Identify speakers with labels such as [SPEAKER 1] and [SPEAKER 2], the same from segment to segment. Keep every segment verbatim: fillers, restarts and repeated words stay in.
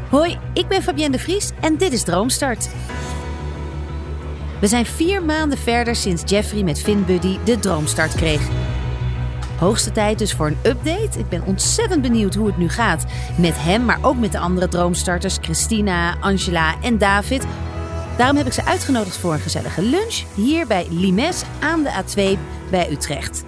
[SPEAKER 1] Hoi, ik ben Fabienne de Vries en dit is Droomstart. We zijn vier maanden verder sinds Jeffrey met FinBuddy de Droomstart kreeg. Hoogste tijd dus voor een update. Ik ben ontzettend benieuwd hoe het nu gaat met hem, maar ook met de andere Droomstarters Christina, Angela en David. Daarom heb ik ze uitgenodigd voor een gezellige lunch hier bij Limes aan de A twee bij Utrecht.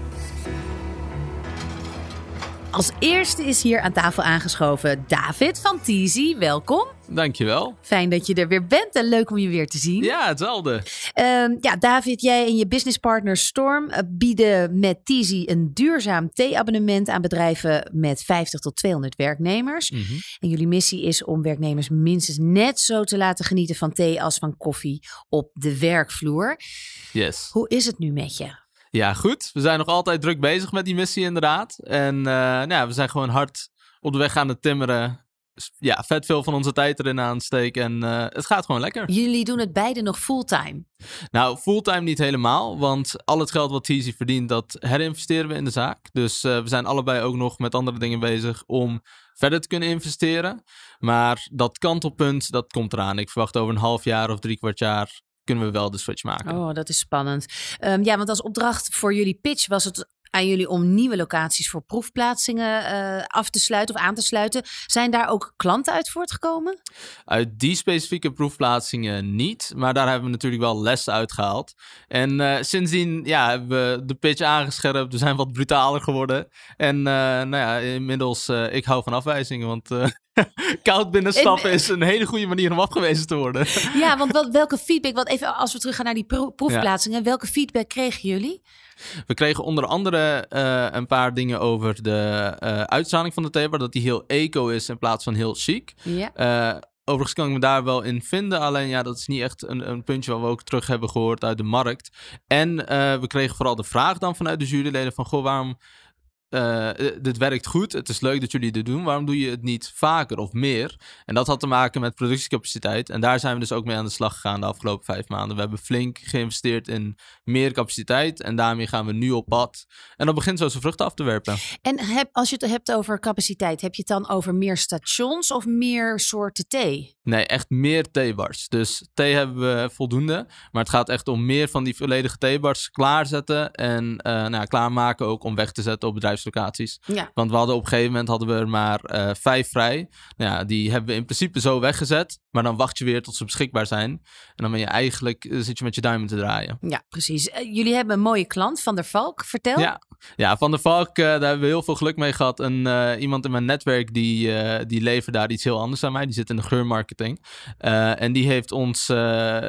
[SPEAKER 1] Als eerste is hier aan tafel aangeschoven David van Teasy. Welkom.
[SPEAKER 2] Dankjewel.
[SPEAKER 1] Fijn dat je er weer bent en leuk om je weer te zien.
[SPEAKER 2] Ja, hetzelfde.
[SPEAKER 1] Uh, ja, David, jij en je businesspartner Storm uh, bieden met Teasy een duurzaam thee-abonnement aan bedrijven met vijftig tot tweehonderd werknemers. Mm-hmm. En jullie missie is om werknemers minstens net zo te laten genieten van thee als van koffie op de werkvloer.
[SPEAKER 2] Yes.
[SPEAKER 1] Hoe is het nu met je?
[SPEAKER 2] Ja, goed. We zijn nog altijd druk bezig met die missie inderdaad. En uh, nou ja, we zijn gewoon hard op de weg aan het timmeren. Ja, vet veel van onze tijd erin aansteken. En uh, het gaat gewoon lekker.
[SPEAKER 1] Jullie doen het beide nog fulltime?
[SPEAKER 2] Nou, fulltime niet helemaal. Want al het geld wat Teasy verdient, dat herinvesteren we in de zaak. Dus uh, we zijn allebei ook nog met andere dingen bezig om verder te kunnen investeren. Maar dat kantelpunt, dat komt eraan. Ik verwacht over een half jaar of drie kwart jaar kunnen we wel de switch maken.
[SPEAKER 1] Oh, dat is spannend. Um, ja, want als opdracht voor jullie pitch was het aan jullie om nieuwe locaties voor proefplaatsingen uh, af te sluiten of aan te sluiten. Zijn daar ook klanten uit voortgekomen?
[SPEAKER 2] Uit die specifieke proefplaatsingen niet, maar daar hebben we natuurlijk wel lessen uitgehaald. En uh, sindsdien ja, hebben we de pitch aangescherpt, we zijn wat brutaler geworden. En uh, nou ja, inmiddels, uh, ik hou van afwijzingen, want uh, koud binnenstappen is een hele goede manier om afgewezen te worden.
[SPEAKER 1] Ja, want wel, welke feedback, want even als we teruggaan naar die pro- proefplaatsingen, ja. Welke feedback kregen jullie?
[SPEAKER 2] We kregen onder andere uh, een paar dingen over de uh, uitstraling van de theebar. Dat die heel eco is in plaats van heel chic.
[SPEAKER 1] Ja.
[SPEAKER 2] Uh, overigens kan ik me daar wel in vinden. Alleen ja, dat is niet echt een, een puntje wat we ook terug hebben gehoord uit de markt. En uh, we kregen vooral de vraag dan vanuit de juryleden van... Goh, waarom... Uh, dit werkt goed, het is leuk dat jullie dit doen. Waarom doe je het niet vaker of meer? En dat had te maken met productiecapaciteit. En daar zijn we dus ook mee aan de slag gegaan de afgelopen vijf maanden. We hebben flink geïnvesteerd in meer capaciteit. En daarmee gaan we nu op pad. En dat begint zo zijn vruchten af te werpen.
[SPEAKER 1] En heb, als je het hebt over capaciteit, heb je het dan over meer stations of meer soorten thee?
[SPEAKER 2] Nee, echt meer theebars. Dus thee hebben we voldoende. Maar het gaat echt om meer van die volledige theebars klaarzetten. En uh, nou ja, klaarmaken ook om weg te zetten op bedrijfslocaties. Ja. Want we hadden op een gegeven moment hadden we er maar uh, vijf vrij. Nou ja, die hebben we in principe zo weggezet. Maar dan wacht je weer tot ze beschikbaar zijn. En dan ben je eigenlijk, uh, zit je met je duimen te draaien.
[SPEAKER 1] Ja, precies. Uh, jullie hebben een mooie klant, Van der Valk. Vertel.
[SPEAKER 2] Ja, ja Van der Valk, uh, daar hebben we heel veel geluk mee gehad. En uh, iemand in mijn netwerk die, uh, die levert daar iets heel anders aan mij. Die zit in de geurmarketing. Uh, en die heeft, ons, uh,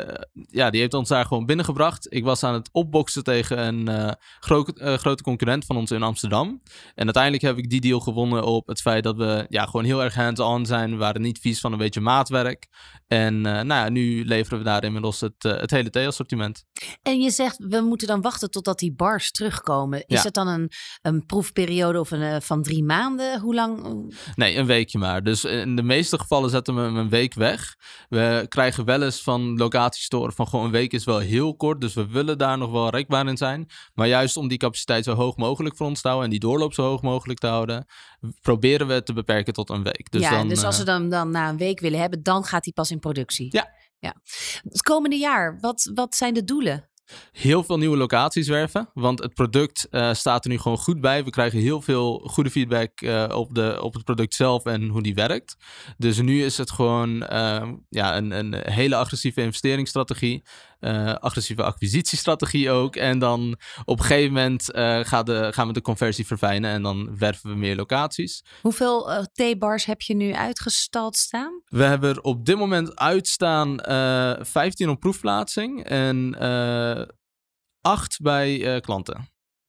[SPEAKER 2] ja, die heeft ons daar gewoon binnengebracht. Ik was aan het opboksen tegen een uh, gro- uh, grote concurrent van ons in Amsterdam. En uiteindelijk heb ik die deal gewonnen op het feit dat we ja, gewoon heel erg hands-on zijn. We waren niet vies van een beetje maatwerk. En uh, nou ja, nu leveren we daar inmiddels het, uh, het hele thee-assortiment.
[SPEAKER 1] En je zegt, we moeten dan wachten totdat die bars terugkomen. Is
[SPEAKER 2] ja.
[SPEAKER 1] het dan een, een proefperiode of een, uh, van drie maanden? Hoe lang?
[SPEAKER 2] Nee, een weekje maar. Dus in de meeste gevallen zetten we hem een week weg. We krijgen wel eens van locaties te horen van gewoon een week is wel heel kort. Dus we willen daar nog wel rekbaar in zijn. Maar juist om die capaciteit zo hoog mogelijk voor ons te houden en die doorloop zo hoog mogelijk te houden, proberen we het te beperken tot een week. Dus
[SPEAKER 1] ja,
[SPEAKER 2] dan,
[SPEAKER 1] dus als we
[SPEAKER 2] uh,
[SPEAKER 1] dan, dan na een week willen hebben, dan gaat die pas in productie.
[SPEAKER 2] Ja.
[SPEAKER 1] ja. Het komende jaar, wat, wat zijn de doelen?
[SPEAKER 2] Heel veel nieuwe locaties werven, want het product uh, staat er nu gewoon goed bij. We krijgen heel veel goede feedback uh, op, de, op het product zelf en hoe die werkt. Dus nu is het gewoon uh, ja, een, een hele agressieve investeringsstrategie. Uh, agressieve acquisitiestrategie ook. En dan op een gegeven moment uh, gaan, de, gaan we de conversie verfijnen en dan werven we meer locaties.
[SPEAKER 1] Hoeveel uh, theebars heb je nu uitgestald staan?
[SPEAKER 2] We hebben er op dit moment uitstaan uh, vijftien op proefplaatsing en uh, acht bij uh, klanten.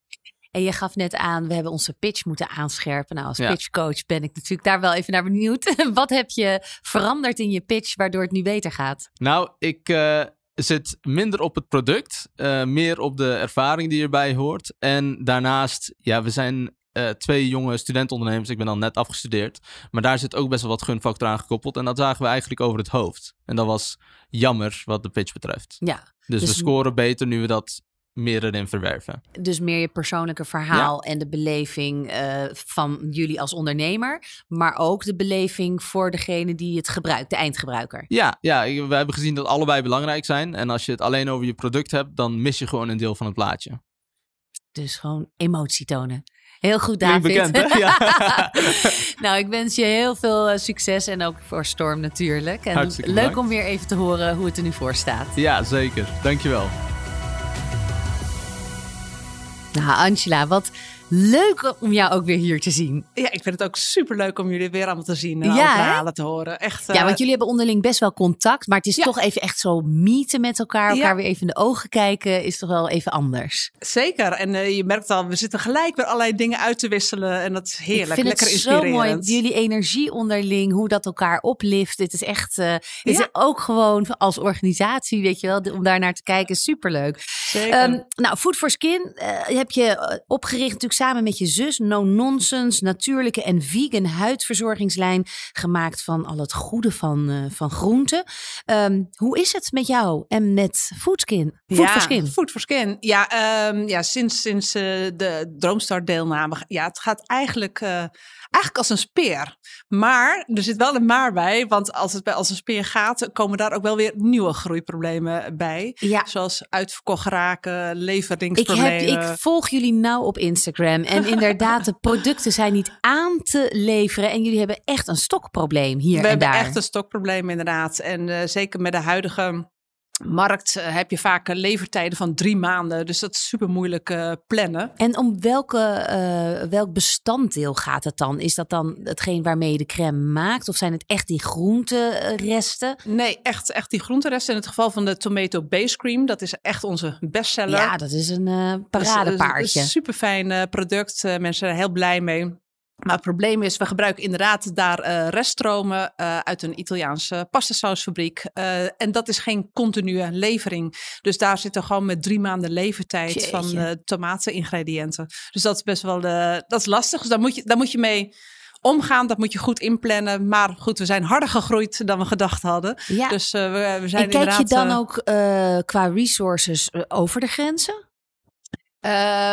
[SPEAKER 1] En je gaf net aan, we hebben onze pitch moeten aanscherpen. Nou, als
[SPEAKER 2] ja.
[SPEAKER 1] pitchcoach ben ik natuurlijk daar wel even naar benieuwd. Wat heb je veranderd in je pitch waardoor het nu beter gaat?
[SPEAKER 2] Nou, ik... Uh... zit minder op het product, uh, meer op de ervaring die erbij hoort. En daarnaast, ja, we zijn uh, twee jonge studentondernemers. Ik ben al net afgestudeerd. Maar daar zit ook best wel wat gunfactor aan gekoppeld. En dat zagen we eigenlijk over het hoofd. En dat was jammer wat de pitch betreft.
[SPEAKER 1] Ja,
[SPEAKER 2] dus, dus we scoren beter nu we dat meer erin verwerven.
[SPEAKER 1] Dus meer je persoonlijke verhaal
[SPEAKER 2] Ja.
[SPEAKER 1] en de beleving uh, van jullie als ondernemer. Maar ook de beleving voor degene die het gebruikt, de eindgebruiker.
[SPEAKER 2] Ja, ja, we hebben gezien dat allebei belangrijk zijn. En als je het alleen over je product hebt, dan mis je gewoon een deel van het plaatje.
[SPEAKER 1] Dus gewoon emotie tonen. Heel goed, David.
[SPEAKER 2] Bekend, hè? Ja.
[SPEAKER 1] Nou, ik wens je heel veel uh, succes en ook voor Storm natuurlijk. En
[SPEAKER 2] Hartstikke
[SPEAKER 1] leuk
[SPEAKER 2] bedankt.
[SPEAKER 1] om weer even te horen hoe het er nu voor staat.
[SPEAKER 2] Ja, zeker. Dankjewel.
[SPEAKER 1] Nou, Angela, wat leuk om jou ook weer hier te zien.
[SPEAKER 3] Ja, ik vind het ook superleuk om jullie weer allemaal te zien en
[SPEAKER 1] Ja,
[SPEAKER 3] alle verhalen te horen. Echt, uh...
[SPEAKER 1] Ja, want jullie hebben onderling best wel contact, maar het is
[SPEAKER 3] ja.
[SPEAKER 1] toch even echt zo meeten met elkaar, elkaar
[SPEAKER 3] ja.
[SPEAKER 1] weer even in de ogen kijken, is toch wel even anders.
[SPEAKER 3] Zeker. En uh, je merkt al, we zitten gelijk weer allerlei dingen uit te wisselen en dat is heerlijk,
[SPEAKER 1] ik vind
[SPEAKER 3] lekker
[SPEAKER 1] het
[SPEAKER 3] inspirerend.
[SPEAKER 1] Zo mooi, jullie energie onderling, hoe dat elkaar oplift. Het is echt, uh, het
[SPEAKER 3] ja.
[SPEAKER 1] is ook gewoon als organisatie, weet je wel, om daar naar te kijken, superleuk.
[SPEAKER 3] Zeker.
[SPEAKER 1] Um, nou, Food for Skin uh, heb je opgericht natuurlijk samen met je zus. No Nonsense, natuurlijke en vegan huidverzorgingslijn. Gemaakt van al het goede van, uh, van groenten. Um, hoe is het met jou en met Foodskin? Food
[SPEAKER 3] ja,
[SPEAKER 1] for Skin.
[SPEAKER 3] Food for Skin. Ja, um, ja sinds, sinds uh, de Droomstart deelname. Ja, het gaat eigenlijk... Uh, Eigenlijk als een speer. Maar er zit wel een maar bij. Want als het bij als een speer gaat, komen daar ook wel weer nieuwe groeiproblemen bij.
[SPEAKER 1] Ja.
[SPEAKER 3] Zoals uitverkocht raken, leveringsproblemen.
[SPEAKER 1] Ik, heb, ik volg jullie nou op Instagram. En inderdaad, de producten zijn niet aan te leveren. En jullie hebben echt een stokprobleem hier
[SPEAKER 3] We
[SPEAKER 1] en daar.
[SPEAKER 3] hebben echt een stokprobleem inderdaad. En uh, zeker met de huidige... markt uh, heb je vaak uh, levertijden van drie maanden. Dus dat is super moeilijk uh, plannen.
[SPEAKER 1] En om welke, uh, welk bestanddeel gaat het dan? Is dat dan hetgeen waarmee je de crème maakt? Of zijn het echt die groenteresten?
[SPEAKER 3] Nee, echt, echt die groenteresten. In het geval van de tomato base cream. Dat is echt onze bestseller.
[SPEAKER 1] Ja, dat is een uh, paradepaardje.
[SPEAKER 3] Dat is een super fijn uh, product. Uh, mensen zijn er heel blij mee. Maar het probleem is, we gebruiken inderdaad daar uh, reststromen uh, uit een Italiaanse pastasausfabriek. Uh, en dat is geen continue levering. Dus daar zitten gewoon met drie maanden levertijd Jeetje. van uh, tomateningrediënten. Dus dat is best wel uh, dat is lastig. Dus daar moet je, daar moet je mee omgaan. Dat moet je goed inplannen. Maar goed, we zijn harder gegroeid dan we gedacht hadden.
[SPEAKER 1] Ja.
[SPEAKER 3] Dus uh, we, we zijn
[SPEAKER 1] en kijk je dan
[SPEAKER 3] uh,
[SPEAKER 1] ook uh, qua resources uh, over de grenzen?
[SPEAKER 3] Uh,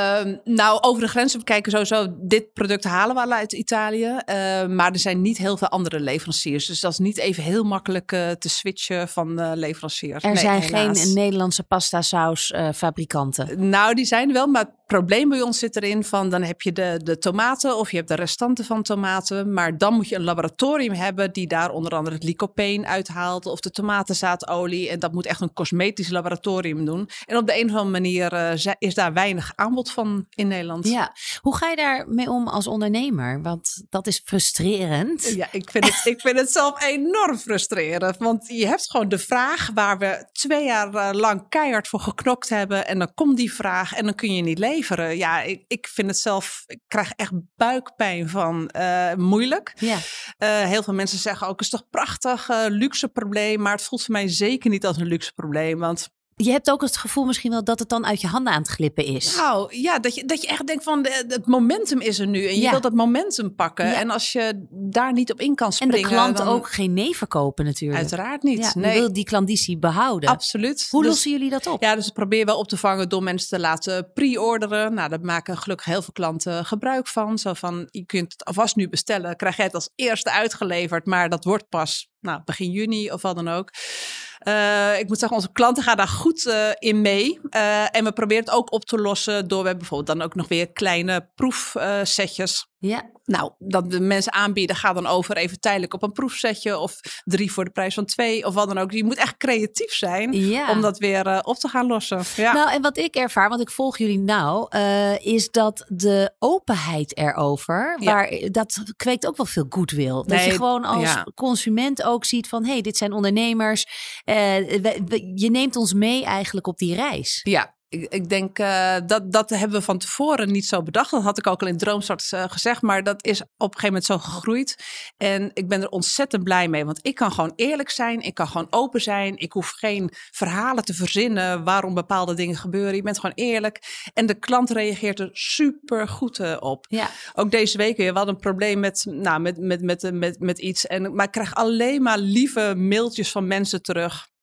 [SPEAKER 3] nou, over de grenzen kijken sowieso. Dit product halen we al uit Italië. Uh, maar er zijn niet heel veel andere leveranciers. Dus dat is niet even heel makkelijk uh, te switchen van uh, leveranciers.
[SPEAKER 1] Er
[SPEAKER 3] nee,
[SPEAKER 1] zijn
[SPEAKER 3] helaas.
[SPEAKER 1] geen Nederlandse pasta saus uh, fabrikanten.
[SPEAKER 3] Nou, die zijn er wel. Maar het probleem bij ons zit erin van... dan heb je de, de tomaten of je hebt de restanten van tomaten. Maar dan moet je een laboratorium hebben... die daar onder andere het lycopene uithaalt... of de tomatenzaadolie. En dat moet echt een cosmetisch laboratorium doen. En op de een of andere manier uh, is daar weinig aanbod van in Nederland.
[SPEAKER 1] Ja, hoe ga je daarmee om als ondernemer? Want dat is frustrerend.
[SPEAKER 3] Ja, ik vind het, ik vind het zelf enorm frustrerend. Want je hebt gewoon de vraag waar we twee jaar lang keihard voor geknokt hebben. En dan komt die vraag en dan kun je niet leveren. Ja, ik, ik vind het zelf, ik krijg echt buikpijn van. Uh, moeilijk.
[SPEAKER 1] Ja.
[SPEAKER 3] Uh, heel veel mensen zeggen ook, het is toch prachtig, uh, luxe probleem. Maar het voelt voor mij zeker niet als een luxe probleem. Want
[SPEAKER 1] je hebt ook het gevoel misschien wel dat het dan uit je handen aan het glippen is.
[SPEAKER 3] Nou ja, dat je, dat je echt denkt van de, het momentum is er nu. En je
[SPEAKER 1] ja.
[SPEAKER 3] wilt dat momentum pakken. Ja. En als je daar niet op in kan springen.
[SPEAKER 1] En de klant
[SPEAKER 3] dan...
[SPEAKER 1] ook geen nee verkopen natuurlijk.
[SPEAKER 3] Uiteraard niet.
[SPEAKER 1] Ja,
[SPEAKER 3] nee.
[SPEAKER 1] Je wil die klanditie behouden.
[SPEAKER 3] Absoluut.
[SPEAKER 1] Hoe
[SPEAKER 3] dus,
[SPEAKER 1] lossen jullie dat op?
[SPEAKER 3] Ja, dus we proberen wel op te vangen door mensen te laten pre-orderen. Nou, daar maken gelukkig heel veel klanten gebruik van. Zo van, je kunt het alvast nu bestellen. Krijg jij het als eerste uitgeleverd. Maar dat wordt pas nou, begin juni of wat dan ook. Uh, ik moet zeggen, onze klanten gaan daar goed uh, in mee. Uh, en we proberen het ook op te lossen door we hebben bijvoorbeeld dan ook nog weer kleine proefsetjes. Uh,
[SPEAKER 1] ja.
[SPEAKER 3] Nou, dat de mensen aanbieden, ga dan over even tijdelijk op een proefsetje of drie voor de prijs van twee of wat dan ook. Je moet echt creatief zijn
[SPEAKER 1] ja.
[SPEAKER 3] om dat weer uh, op te gaan lossen. Ja.
[SPEAKER 1] Nou, en wat ik ervaar, want ik volg jullie nou, uh, is dat de openheid erover, ja. waar, dat kweekt ook wel veel goodwill. Dat nee, je gewoon als ja. consument ook ziet van, hé, hey, dit zijn ondernemers. Uh, we, we, je neemt ons mee eigenlijk op die reis.
[SPEAKER 3] Ja. Ik, ik denk uh, dat dat hebben we van tevoren niet zo bedacht. Dat had ik ook al in Droomstart uh, gezegd. Maar dat is op een gegeven moment zo gegroeid. En ik ben er ontzettend blij mee. Want ik kan gewoon eerlijk zijn. Ik kan gewoon open zijn. Ik hoef geen verhalen te verzinnen waarom bepaalde dingen gebeuren. Je bent gewoon eerlijk. En de klant reageert er super goed uh, op.
[SPEAKER 1] Ja.
[SPEAKER 3] Ook deze week weer. We hadden een probleem met, nou, met, met, met, met, met iets. En, maar ik krijg alleen maar lieve mailtjes van mensen terug.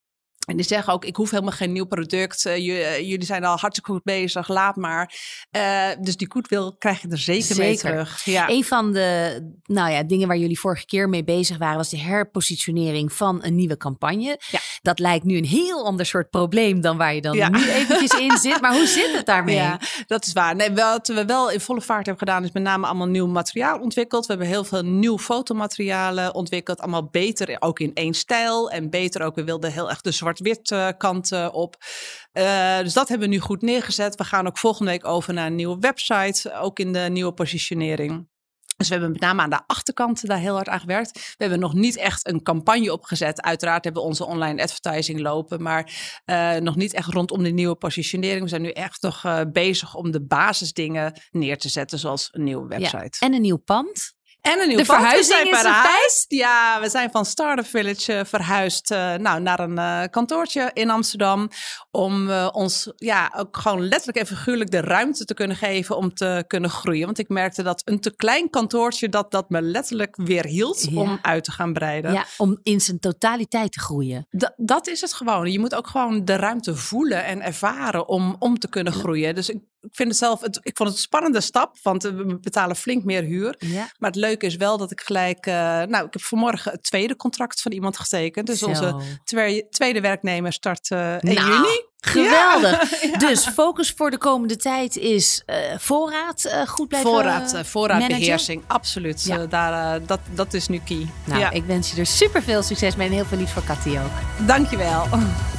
[SPEAKER 3] En die zeggen ook, ik hoef helemaal geen nieuw product. Uh, j- jullie zijn al hartstikke goed bezig, laat maar. Uh, dus die goodwill krijg je er zeker, zeker. mee terug. Ja.
[SPEAKER 1] Een van de nou ja, dingen waar jullie vorige keer mee bezig waren... was de herpositionering van een nieuwe campagne. Ja. Dat lijkt nu een heel ander soort probleem... dan waar je dan ja. nu eventjes in zit. Maar hoe zit het daarmee?
[SPEAKER 3] Ja, dat is waar. Nee, wat we wel in volle vaart hebben gedaan... is met name allemaal nieuw materiaal ontwikkeld. We hebben heel veel nieuw fotomaterialen ontwikkeld. Allemaal beter, ook in één stijl. En beter ook, we wilden heel erg de zwart-wit uh, kant uh, op. Uh, dus dat hebben we nu goed neergezet. We gaan ook volgende week over naar een nieuwe website. Ook in de nieuwe positionering. Dus we hebben met name aan de achterkant daar heel hard aan gewerkt. We hebben nog niet echt een campagne opgezet. Uiteraard hebben we onze online advertising lopen. Maar uh, nog niet echt rondom de nieuwe positionering. We zijn nu echt nog uh, bezig om de basisdingen neer te zetten. Zoals een nieuwe website. Ja,
[SPEAKER 1] en een nieuw pand.
[SPEAKER 3] En een nieuw
[SPEAKER 1] de
[SPEAKER 3] pand.
[SPEAKER 1] verhuizing
[SPEAKER 3] we zijn verhuisd. Ja, we zijn van Startup Village uh, verhuisd uh, nou, naar een uh, kantoortje in Amsterdam. Om uh, ons ja, ook gewoon letterlijk en figuurlijk de ruimte te kunnen geven om te kunnen groeien. Want ik merkte dat een te klein kantoortje dat, dat me letterlijk weerhield ja. om uit te gaan breiden.
[SPEAKER 1] Ja, om in zijn totaliteit te groeien.
[SPEAKER 3] D- dat is het gewoon. Je moet ook gewoon de ruimte voelen en ervaren om, om te kunnen groeien. Dus ik Ik vind het zelf, het, ik vond het een spannende stap, want we betalen flink meer huur. Ja. Maar het leuke is wel dat ik gelijk, uh, nou, ik heb vanmorgen het tweede contract van iemand getekend. Dus Zo. onze twe- tweede werknemer start uh, één
[SPEAKER 1] nou,
[SPEAKER 3] juni.
[SPEAKER 1] Geweldig.
[SPEAKER 3] Ja.
[SPEAKER 1] Dus focus voor de komende tijd is uh, voorraad uh, goed blijven
[SPEAKER 3] Voorraad, uh, voorraadbeheersing,
[SPEAKER 1] managen.
[SPEAKER 3] Absoluut. Ja. Uh, daar, uh, dat, dat is nu key.
[SPEAKER 1] Nou,
[SPEAKER 3] ja.
[SPEAKER 1] ik wens je er super veel succes mee en heel veel liefs voor Katty ook.
[SPEAKER 3] Dankjewel.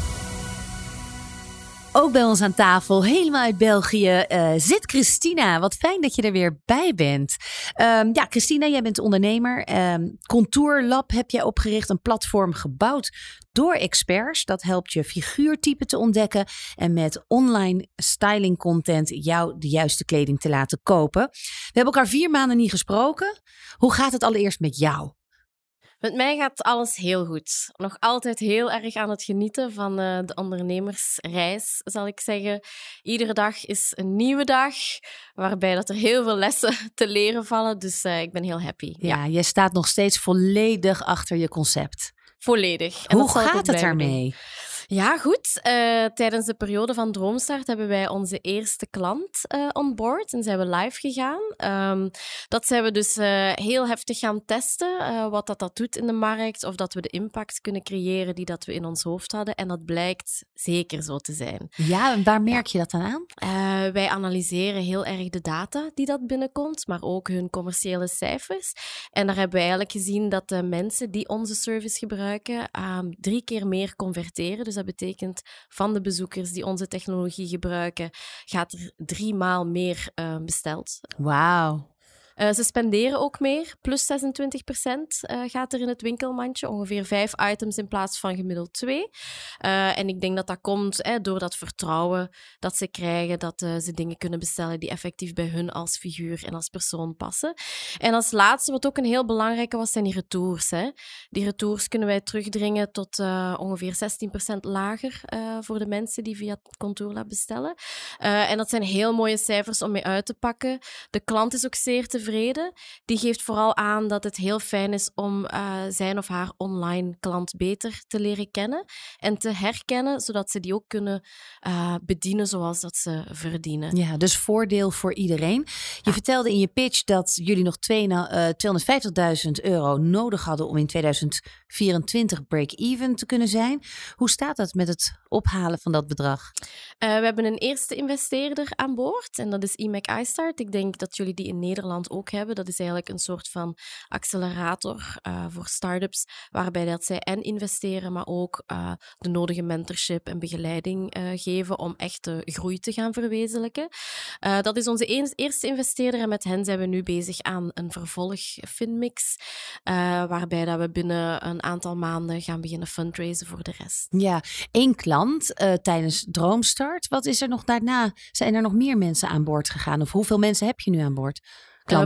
[SPEAKER 1] Ook bij ons aan tafel, helemaal uit België, uh, zit Christina. Wat fijn dat je er weer bij bent. Um, ja, Christina, jij bent ondernemer. Um, Contour Lab heb jij opgericht, een platform gebouwd door experts. Dat helpt je figuurtype te ontdekken en met online styling content jou de juiste kleding te laten kopen. We hebben elkaar vier maanden niet gesproken. Hoe gaat het allereerst met jou?
[SPEAKER 4] Met mij gaat alles heel goed. Nog altijd heel erg aan het genieten van uh, de ondernemersreis, zal ik zeggen. Iedere dag is een nieuwe dag, waarbij dat er heel veel lessen te leren vallen. Dus uh, ik ben heel happy.
[SPEAKER 1] Ja, ja, jij staat nog steeds volledig achter je concept.
[SPEAKER 4] Volledig. En
[SPEAKER 1] hoe gaat het daarmee?
[SPEAKER 4] Doen. Ja, goed. Uh, tijdens de periode van Droomstart hebben wij onze eerste klant uh, on board en zijn we live gegaan. Um, dat zijn we dus uh, heel heftig gaan testen, uh, wat dat, dat doet in de markt, of dat we de impact kunnen creëren die dat we in ons hoofd hadden. En dat blijkt zeker zo te zijn.
[SPEAKER 1] Ja, en waar merk je dat dan aan?
[SPEAKER 4] Uh, wij analyseren heel erg de data die dat binnenkomt, maar ook hun commerciële cijfers. En daar hebben we eigenlijk gezien dat de mensen die onze service gebruiken um, drie keer meer converteren. Dus dat betekent van de bezoekers die onze technologie gebruiken, gaat er drie maal meer uh, besteld.
[SPEAKER 1] Wauw.
[SPEAKER 4] Uh, ze spenderen ook meer, plus zesentwintig procent uh, gaat er in het winkelmandje. Ongeveer vijf items in plaats van gemiddeld twee. Uh, en ik denk dat dat komt eh, door dat vertrouwen dat ze krijgen, dat uh, ze dingen kunnen bestellen die effectief bij hun als figuur en als persoon passen. En als laatste, wat ook een heel belangrijke was, zijn die retours. Hè. Die retours kunnen wij terugdringen tot uh, ongeveer zestien procent lager uh, voor de mensen die via Contour Lab bestellen. Uh, en dat zijn heel mooie cijfers om mee uit te pakken. De klant is ook zeer tevreden. Die geeft vooral aan dat het heel fijn is om uh, zijn of haar online klant beter te leren kennen en te herkennen, zodat ze die ook kunnen uh, bedienen zoals dat ze verdienen.
[SPEAKER 1] Ja, dus voordeel voor iedereen. Je ja. vertelde in je pitch dat jullie nog tweehonderdvijftigduizend euro nodig hadden om in tweeduizend vierentwintig break-even te kunnen zijn. Hoe staat dat met het ophalen van dat bedrag?
[SPEAKER 4] Uh, we hebben een eerste investeerder aan boord en dat is I M A C iStart. Ik denk dat jullie die in Nederland ook hebben. Dat is eigenlijk een soort van accelerator uh, voor start-ups, waarbij dat zij en investeren, maar ook uh, de nodige mentorship en begeleiding uh, geven om echt de groei te gaan verwezenlijken. Uh, dat is onze een, eerste investeerder en met hen zijn we nu bezig aan een vervolg Finmix, uh, waarbij dat we binnen een aantal maanden gaan beginnen fundraisen voor de rest.
[SPEAKER 1] Ja, één klant uh, tijdens Droomstart. Wat is er nog daarna? Zijn er nog meer mensen aan boord gegaan? Of hoeveel mensen heb je nu aan boord? Klanten?
[SPEAKER 4] Um,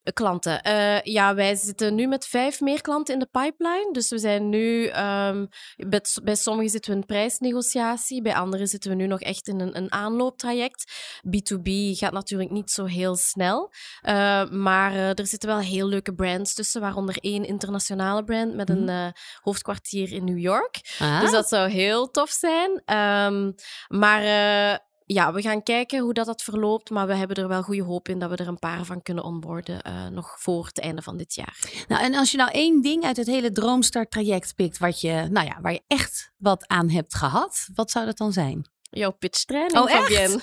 [SPEAKER 4] Klanten. Uh, ja, wij zitten nu met vijf meer klanten in de pipeline. Dus we zijn nu... Um, bij, bij sommigen zitten we in prijsnegotiatie. Bij anderen zitten we nu nog echt in een, een aanlooptraject. B to B gaat natuurlijk niet zo heel snel. Uh, maar uh, er zitten wel heel leuke brands tussen. Waaronder één internationale brand met een uh, hoofdkwartier in New York. Ah. Dus dat zou heel tof zijn. Um, maar... Uh, Ja, we gaan kijken hoe dat, dat verloopt, maar we hebben er wel goede hoop in dat we er een paar van kunnen onboarden uh, nog voor het einde van dit jaar.
[SPEAKER 1] Nou, en als je nou één ding uit het hele Droomstart-traject pikt wat je, nou ja, waar je echt wat aan hebt gehad, wat zou dat dan zijn?
[SPEAKER 4] Jouw pitchtraining,
[SPEAKER 1] oh, Fabienne.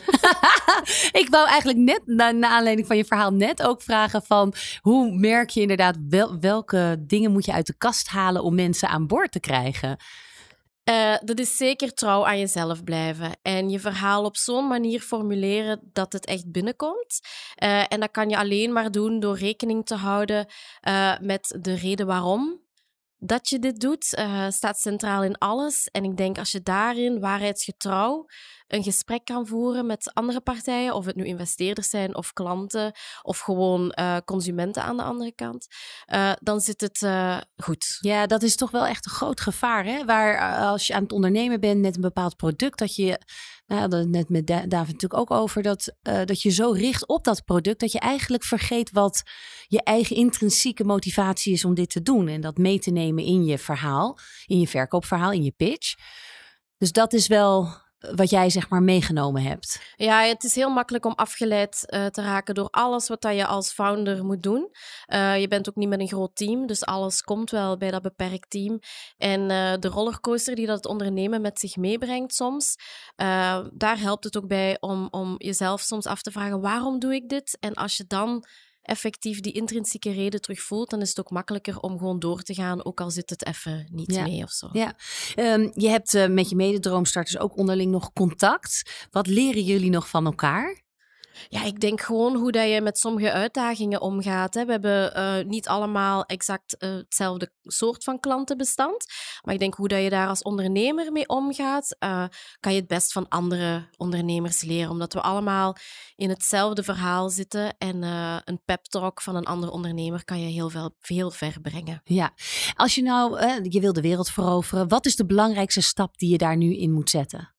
[SPEAKER 1] Ik wou eigenlijk net, na, na aanleiding van je verhaal, net ook vragen van hoe merk je inderdaad wel, welke dingen moet je uit de kast halen om mensen aan boord te krijgen?
[SPEAKER 4] Uh, dat is zeker trouw aan jezelf blijven. En je verhaal op zo'n manier formuleren dat het echt binnenkomt. Uh, en dat kan je alleen maar doen door rekening te houden uh, met de reden waarom dat je dit doet. Uh, staat centraal in alles. En ik denk als je daarin waarheidsgetrouw een gesprek kan voeren met andere partijen, of het nu investeerders zijn of klanten of gewoon uh, consumenten aan de andere kant, uh, dan zit het uh, goed.
[SPEAKER 1] Ja, dat is toch wel echt een groot gevaar, hè? Waar als je aan het ondernemen bent met een bepaald product, dat je, nou, dat net met David natuurlijk ook over, dat, uh, dat je zo richt op dat product, dat je eigenlijk vergeet wat je eigen intrinsieke motivatie is om dit te doen en dat mee te nemen in je verhaal, in je verkoopverhaal, in je pitch. Dus dat is wel wat jij zeg maar meegenomen hebt.
[SPEAKER 4] Ja, het is heel makkelijk om afgeleid uh, te raken door alles wat dat je als founder moet doen. Uh, je bent ook niet met een groot team, dus alles komt wel bij dat beperkt team. En uh, de rollercoaster die dat het ondernemen met zich meebrengt soms, uh, daar helpt het ook bij om, om jezelf soms af te vragen, waarom doe ik dit? En als je dan effectief die intrinsieke reden terugvoelt, dan is het ook makkelijker om gewoon door te gaan, ook al zit het even niet
[SPEAKER 1] ja.
[SPEAKER 4] mee of zo.
[SPEAKER 1] Ja. Um, je hebt uh, met je mededroomstarters ook onderling nog contact. Wat leren jullie nog van elkaar?
[SPEAKER 4] Ja, ik denk gewoon hoe dat je met sommige uitdagingen omgaat. Hè. We hebben uh, niet allemaal exact uh, hetzelfde soort van klantenbestand. Maar ik denk hoe dat je daar als ondernemer mee omgaat, uh, kan je het best van andere ondernemers leren. Omdat we allemaal in hetzelfde verhaal zitten. En uh, een pep talk van een andere ondernemer kan je heel, veel, heel ver brengen.
[SPEAKER 1] Ja, als je nou, uh, je wil de wereld veroveren. Wat is de belangrijkste stap die je daar nu in moet zetten?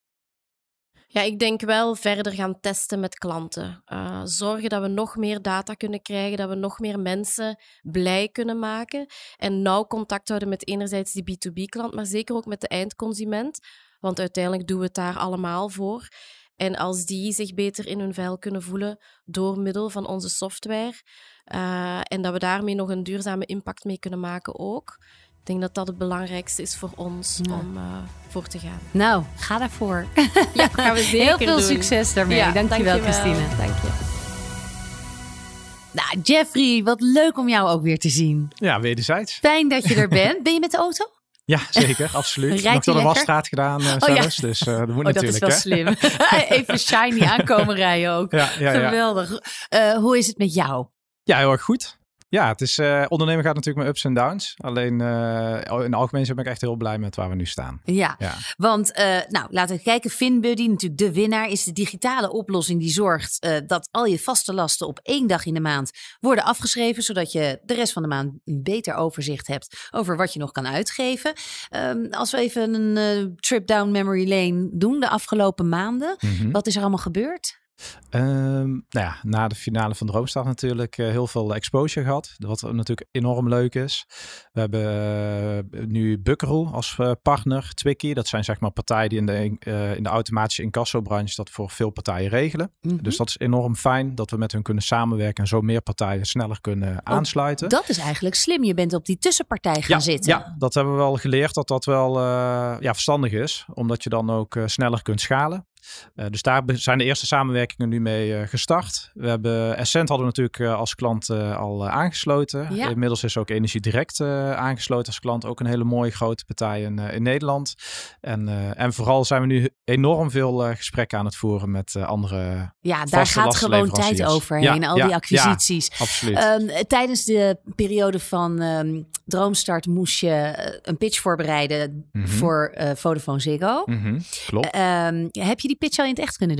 [SPEAKER 4] Ja, ik denk wel verder gaan testen met klanten. Uh, zorgen dat we nog meer data kunnen krijgen, dat we nog meer mensen blij kunnen maken. En nauw contact houden met enerzijds die B to B-klant, maar zeker ook met de eindconsument. Want uiteindelijk doen we het daar allemaal voor. En als die zich beter in hun vel kunnen voelen door middel van onze software, uh, en dat we daarmee nog een duurzame impact mee kunnen maken ook. Ik denk dat dat het belangrijkste is voor ons ja. om uh, voor te gaan.
[SPEAKER 1] Nou, ga daarvoor.
[SPEAKER 4] Ja, gaan we zeker
[SPEAKER 1] Heel veel
[SPEAKER 4] doen.
[SPEAKER 1] succes daarmee. Ja, dankjewel, dankjewel, Christine.
[SPEAKER 4] Dank je.
[SPEAKER 1] Nou, Jeffrey, wat leuk om jou ook weer te zien.
[SPEAKER 5] Ja, wederzijds.
[SPEAKER 1] Fijn dat je er bent. Ben je met de auto?
[SPEAKER 5] Ja, zeker. Absoluut. Nog door de wasstraat gedaan uh,
[SPEAKER 1] oh,
[SPEAKER 5] zelfs.
[SPEAKER 1] Ja.
[SPEAKER 5] Dus uh, dat moet
[SPEAKER 1] oh,
[SPEAKER 5] natuurlijk.
[SPEAKER 1] Dat is wel
[SPEAKER 5] hè?
[SPEAKER 1] slim. Even shiny aankomen rijden ook.
[SPEAKER 5] Ja, ja, ja.
[SPEAKER 1] Geweldig. Uh, hoe is het met jou?
[SPEAKER 5] Ja, heel erg goed. Ja, het is, uh, ondernemen gaat natuurlijk met ups en downs. Alleen uh, in de algemeen ben ik echt heel blij met waar we nu staan.
[SPEAKER 1] Ja, ja. want uh, nou, laten we kijken. FinBuddy, natuurlijk de winnaar, is de digitale oplossing die zorgt uh, dat al je vaste lasten op één dag in de maand worden afgeschreven, zodat je de rest van de maand een beter overzicht hebt over wat je nog kan uitgeven. Um, als we even een uh, trip down memory lane doen de afgelopen maanden, mm-hmm. wat is er allemaal gebeurd?
[SPEAKER 5] Um, nou ja, na de finale van Droomstart natuurlijk uh, heel veel exposure gehad. Wat natuurlijk enorm leuk is. We hebben uh, nu Buckaroo als uh, partner, Twikkie. Dat zijn zeg maar partijen die in de, uh, in de automatische incassobranche dat voor veel partijen regelen. Mm-hmm. Dus dat is enorm fijn dat we met hun kunnen samenwerken en zo meer partijen sneller kunnen aansluiten.
[SPEAKER 1] Oh, dat is eigenlijk slim. Je bent op die tussenpartij gaan
[SPEAKER 5] ja,
[SPEAKER 1] zitten.
[SPEAKER 5] Ja, dat hebben we wel geleerd dat dat wel uh, ja, verstandig is. Omdat je dan ook uh, sneller kunt schalen. Uh, dus daar zijn de eerste samenwerkingen nu mee uh, gestart. We hebben Essent hadden we natuurlijk uh, als klant uh, al uh, aangesloten. Ja. Inmiddels is ook Energie Direct uh, aangesloten als klant. Ook een hele mooie grote partij in, uh, in Nederland. En, uh, en vooral zijn we nu enorm veel uh, gesprekken aan het voeren met uh, andere
[SPEAKER 1] Ja, daar gaat gewoon tijd overheen. Ja, al ja, die acquisities.
[SPEAKER 5] Ja, absoluut.
[SPEAKER 1] Um, tijdens de periode van um, Droomstart moest je een pitch voorbereiden mm-hmm. voor uh, Vodafone Ziggo.
[SPEAKER 5] Mm-hmm. Klopt.
[SPEAKER 1] Um, heb je die pitch al in het echt kunnen doen?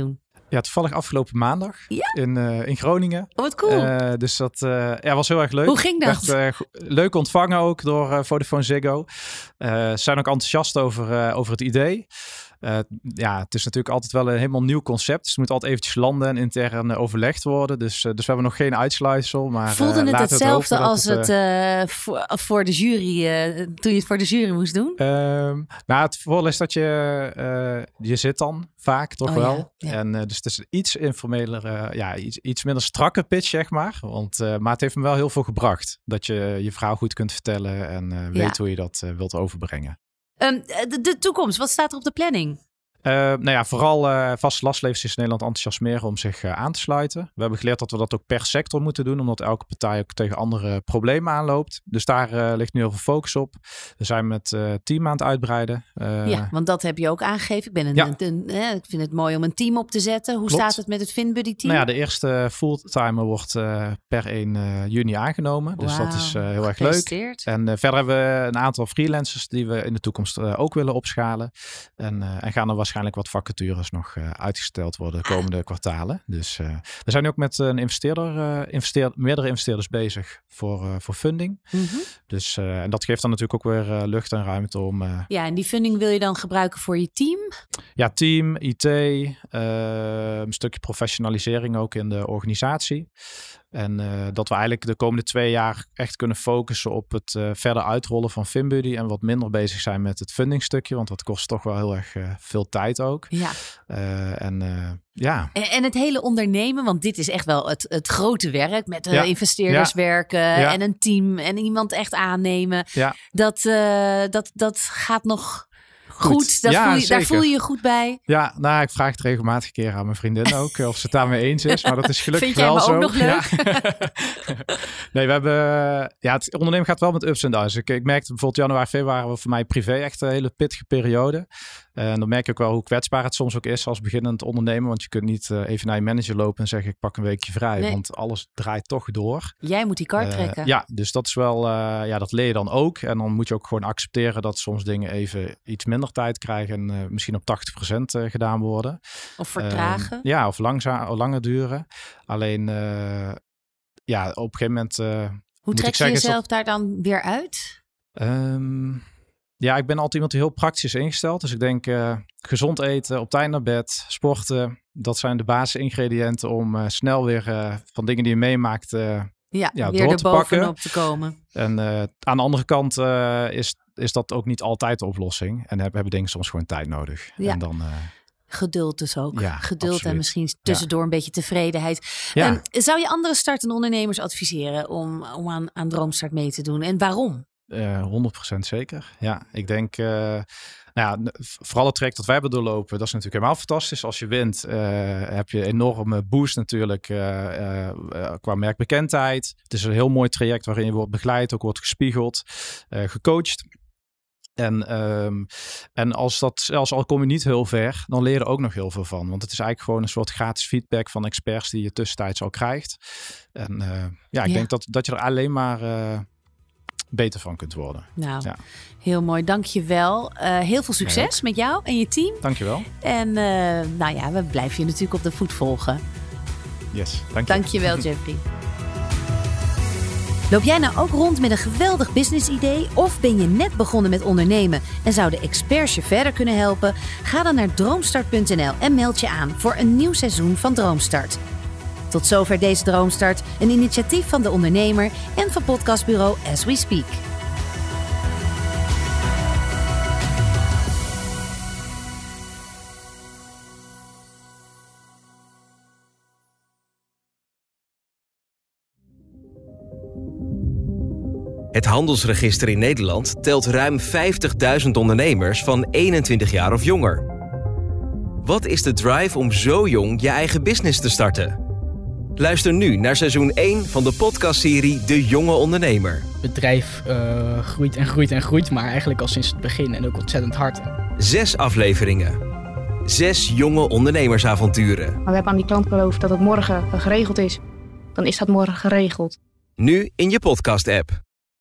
[SPEAKER 5] Ja, toevallig afgelopen maandag
[SPEAKER 1] ja?
[SPEAKER 5] in, uh, in Groningen.
[SPEAKER 1] Oh, wat cool.
[SPEAKER 5] Uh, dus dat uh, ja, was heel erg leuk.
[SPEAKER 1] Hoe ging dat?
[SPEAKER 5] Werd, uh, leuk ontvangen ook door uh, Vodafone Ziggo. Uh, ze zijn ook enthousiast over, uh, over het idee. Uh, ja, het is natuurlijk altijd wel een helemaal nieuw concept. Dus het moet altijd eventjes landen en intern uh, overlegd worden. Dus, uh, dus we hebben nog geen uitsluitsel. Maar,
[SPEAKER 1] Voelde
[SPEAKER 5] uh,
[SPEAKER 1] het hetzelfde
[SPEAKER 5] het
[SPEAKER 1] als
[SPEAKER 5] het,
[SPEAKER 1] het uh, voor, voor de jury, uh, toen je het voor de jury moest doen?
[SPEAKER 5] Uh, nou, het voordeel is dat je, uh, je zit dan vaak toch
[SPEAKER 1] oh,
[SPEAKER 5] wel.
[SPEAKER 1] Ja, ja.
[SPEAKER 5] En uh, dus het is een iets informeler, uh, ja, iets, iets minder strakke pitch, zeg maar. Want, uh, maar het heeft me wel heel veel gebracht. Dat je je verhaal goed kunt vertellen en uh, weet ja. hoe je dat uh, wilt overbrengen.
[SPEAKER 1] Um, de, de toekomst, wat staat er op de planning?
[SPEAKER 5] Uh, nou ja, vooral uh, vaste lastlevers is Nederland enthousiasmeren om zich uh, aan te sluiten. We hebben geleerd dat we dat ook per sector moeten doen, omdat elke partij ook tegen andere problemen aanloopt. Dus daar uh, ligt nu heel veel focus op. We zijn met uh, team aan het uitbreiden. Uh,
[SPEAKER 1] ja, want dat heb je ook aangegeven. Ik, ben een,
[SPEAKER 5] ja.
[SPEAKER 1] een, een, een, ik vind het mooi om een team op te zetten. Hoe
[SPEAKER 5] Klopt.
[SPEAKER 1] staat het met het FinBuddy team?
[SPEAKER 5] Nou ja, de eerste fulltimer wordt uh, per één juni aangenomen. Dus wow. dat is uh, heel erg leuk. En uh, verder hebben we een aantal freelancers die we in de toekomst uh, ook willen opschalen. En, uh, en gaan er waarschijnlijk wat vacatures nog uh, uitgesteld worden de komende kwartalen. Dus uh, we zijn ook met een investeerder, uh, investeer, meerdere investeerders bezig voor, uh, voor funding. Mm-hmm. Dus uh, en dat geeft dan natuurlijk ook weer uh, lucht en ruimte om... Uh,
[SPEAKER 1] ja, en die funding wil je dan gebruiken voor je team?
[SPEAKER 5] Ja, team, I T, uh, een stukje professionalisering ook in de organisatie. En uh, dat we eigenlijk de komende twee jaar echt kunnen focussen op het uh, verder uitrollen van FinBuddy. En wat minder bezig zijn met het fundingstukje. Want dat kost toch wel heel erg uh, veel tijd ook.
[SPEAKER 1] Ja.
[SPEAKER 5] Uh, en uh, ja.
[SPEAKER 1] En, en het hele ondernemen, want dit is echt wel het, het grote werk. Met uh,
[SPEAKER 5] ja.
[SPEAKER 1] investeerders
[SPEAKER 5] ja.
[SPEAKER 1] werken
[SPEAKER 5] ja.
[SPEAKER 1] en een team en iemand echt aannemen.
[SPEAKER 5] Ja.
[SPEAKER 1] Dat, uh, dat, dat gaat nog... Goed, goed. Dat
[SPEAKER 5] ja,
[SPEAKER 1] voel je, daar voel je je goed bij.
[SPEAKER 5] Ja, nou, ik vraag het regelmatig een keer aan mijn vriendin ook of ze het daarmee eens is. Maar dat is gelukkig
[SPEAKER 1] Vind jij
[SPEAKER 5] wel
[SPEAKER 1] me
[SPEAKER 5] zo.
[SPEAKER 1] ook nog leuk?
[SPEAKER 5] Ja. Nee, we hebben... Ja, het ondernemen gaat wel met ups en downs. Ik, ik merkte bijvoorbeeld januari, februari was voor mij privé echt een hele pittige periode. En dan merk je ook wel hoe kwetsbaar het soms ook is als beginnend ondernemer. Want je kunt niet uh, even naar je manager lopen en zeggen ik pak een weekje vrij. Nee. Want alles draait toch door.
[SPEAKER 1] Jij moet die kar uh, trekken.
[SPEAKER 5] Ja, dus dat is wel... Uh, ja, dat leer je dan ook. En dan moet je ook gewoon accepteren dat soms dingen even iets minder tijd krijgen. En uh, misschien op tachtig procent uh, gedaan worden.
[SPEAKER 1] Of vertragen.
[SPEAKER 5] Uh, ja, of langzaam, of langer duren. Alleen, uh, ja, op een gegeven moment... Uh,
[SPEAKER 1] Hoe trek je jezelf dat... daar dan weer uit?
[SPEAKER 5] Um, ja, ik ben altijd iemand die heel praktisch ingesteld. Dus ik denk uh, gezond eten, op tijd naar bed, sporten. Dat zijn de basisingrediënten om uh, snel weer uh, van dingen die je meemaakt... Uh,
[SPEAKER 1] ja,
[SPEAKER 5] ja,
[SPEAKER 1] weer
[SPEAKER 5] door
[SPEAKER 1] er
[SPEAKER 5] te
[SPEAKER 1] bovenop
[SPEAKER 5] pakken.
[SPEAKER 1] te komen.
[SPEAKER 5] En uh, aan de andere kant uh, is, is dat ook niet altijd de oplossing. En hebben, hebben dingen soms gewoon tijd nodig.
[SPEAKER 1] Ja.
[SPEAKER 5] En dan... Uh,
[SPEAKER 1] Geduld dus ook.
[SPEAKER 5] Ja,
[SPEAKER 1] Geduld
[SPEAKER 5] absoluut.
[SPEAKER 1] En misschien tussendoor ja. een beetje tevredenheid.
[SPEAKER 5] Ja.
[SPEAKER 1] Um, zou je andere startende ondernemers adviseren om, om aan, aan Droomstart mee te doen? En waarom?
[SPEAKER 5] Uh, honderd procent zeker. Ja, ik denk... Uh, nou ja, vooral het traject dat wij hebben doorlopen, dat is natuurlijk helemaal fantastisch. Als je wint, uh, heb je een enorme boost natuurlijk uh, uh, uh, qua merkbekendheid. Het is een heel mooi traject waarin je wordt begeleid, ook wordt gespiegeld, uh, gecoacht. En, um, en als dat, zelfs al kom je niet heel ver, dan leer je er ook nog heel veel van. Want het is eigenlijk gewoon een soort gratis feedback van experts die je tussentijds al krijgt. En uh, ja, ik
[SPEAKER 1] ja.
[SPEAKER 5] denk dat, dat je er alleen maar uh, beter van kunt worden.
[SPEAKER 1] Nou,
[SPEAKER 5] ja.
[SPEAKER 1] heel mooi. Dank je wel. Uh, heel veel succes ja. met jou en je team.
[SPEAKER 5] Dank je wel.
[SPEAKER 1] En uh, nou ja, we blijven je natuurlijk op de voet volgen.
[SPEAKER 5] Yes, dank je.
[SPEAKER 1] Dank je wel, Jeffrey. Loop jij nou ook rond met een geweldig businessidee of ben je net begonnen met ondernemen en zouden experts je verder kunnen helpen? Ga dan naar droomstart punt n l en meld je aan voor een nieuw seizoen van Droomstart. Tot zover deze Droomstart, een initiatief van de ondernemer en van podcastbureau As We Speak.
[SPEAKER 6] Het handelsregister in Nederland telt ruim vijftigduizend ondernemers van eenentwintig jaar of jonger. Wat is de drive om zo jong je eigen business te starten? Luister nu naar seizoen één van de podcastserie De Jonge Ondernemer.
[SPEAKER 7] Het bedrijf uh, groeit en groeit en groeit, maar eigenlijk al sinds het begin en ook ontzettend hard.
[SPEAKER 6] Zes afleveringen. Zes jonge ondernemersavonturen.
[SPEAKER 8] Maar we hebben aan die klant beloofd dat het morgen geregeld is. Dan is dat morgen geregeld.
[SPEAKER 6] Nu in je podcast-app.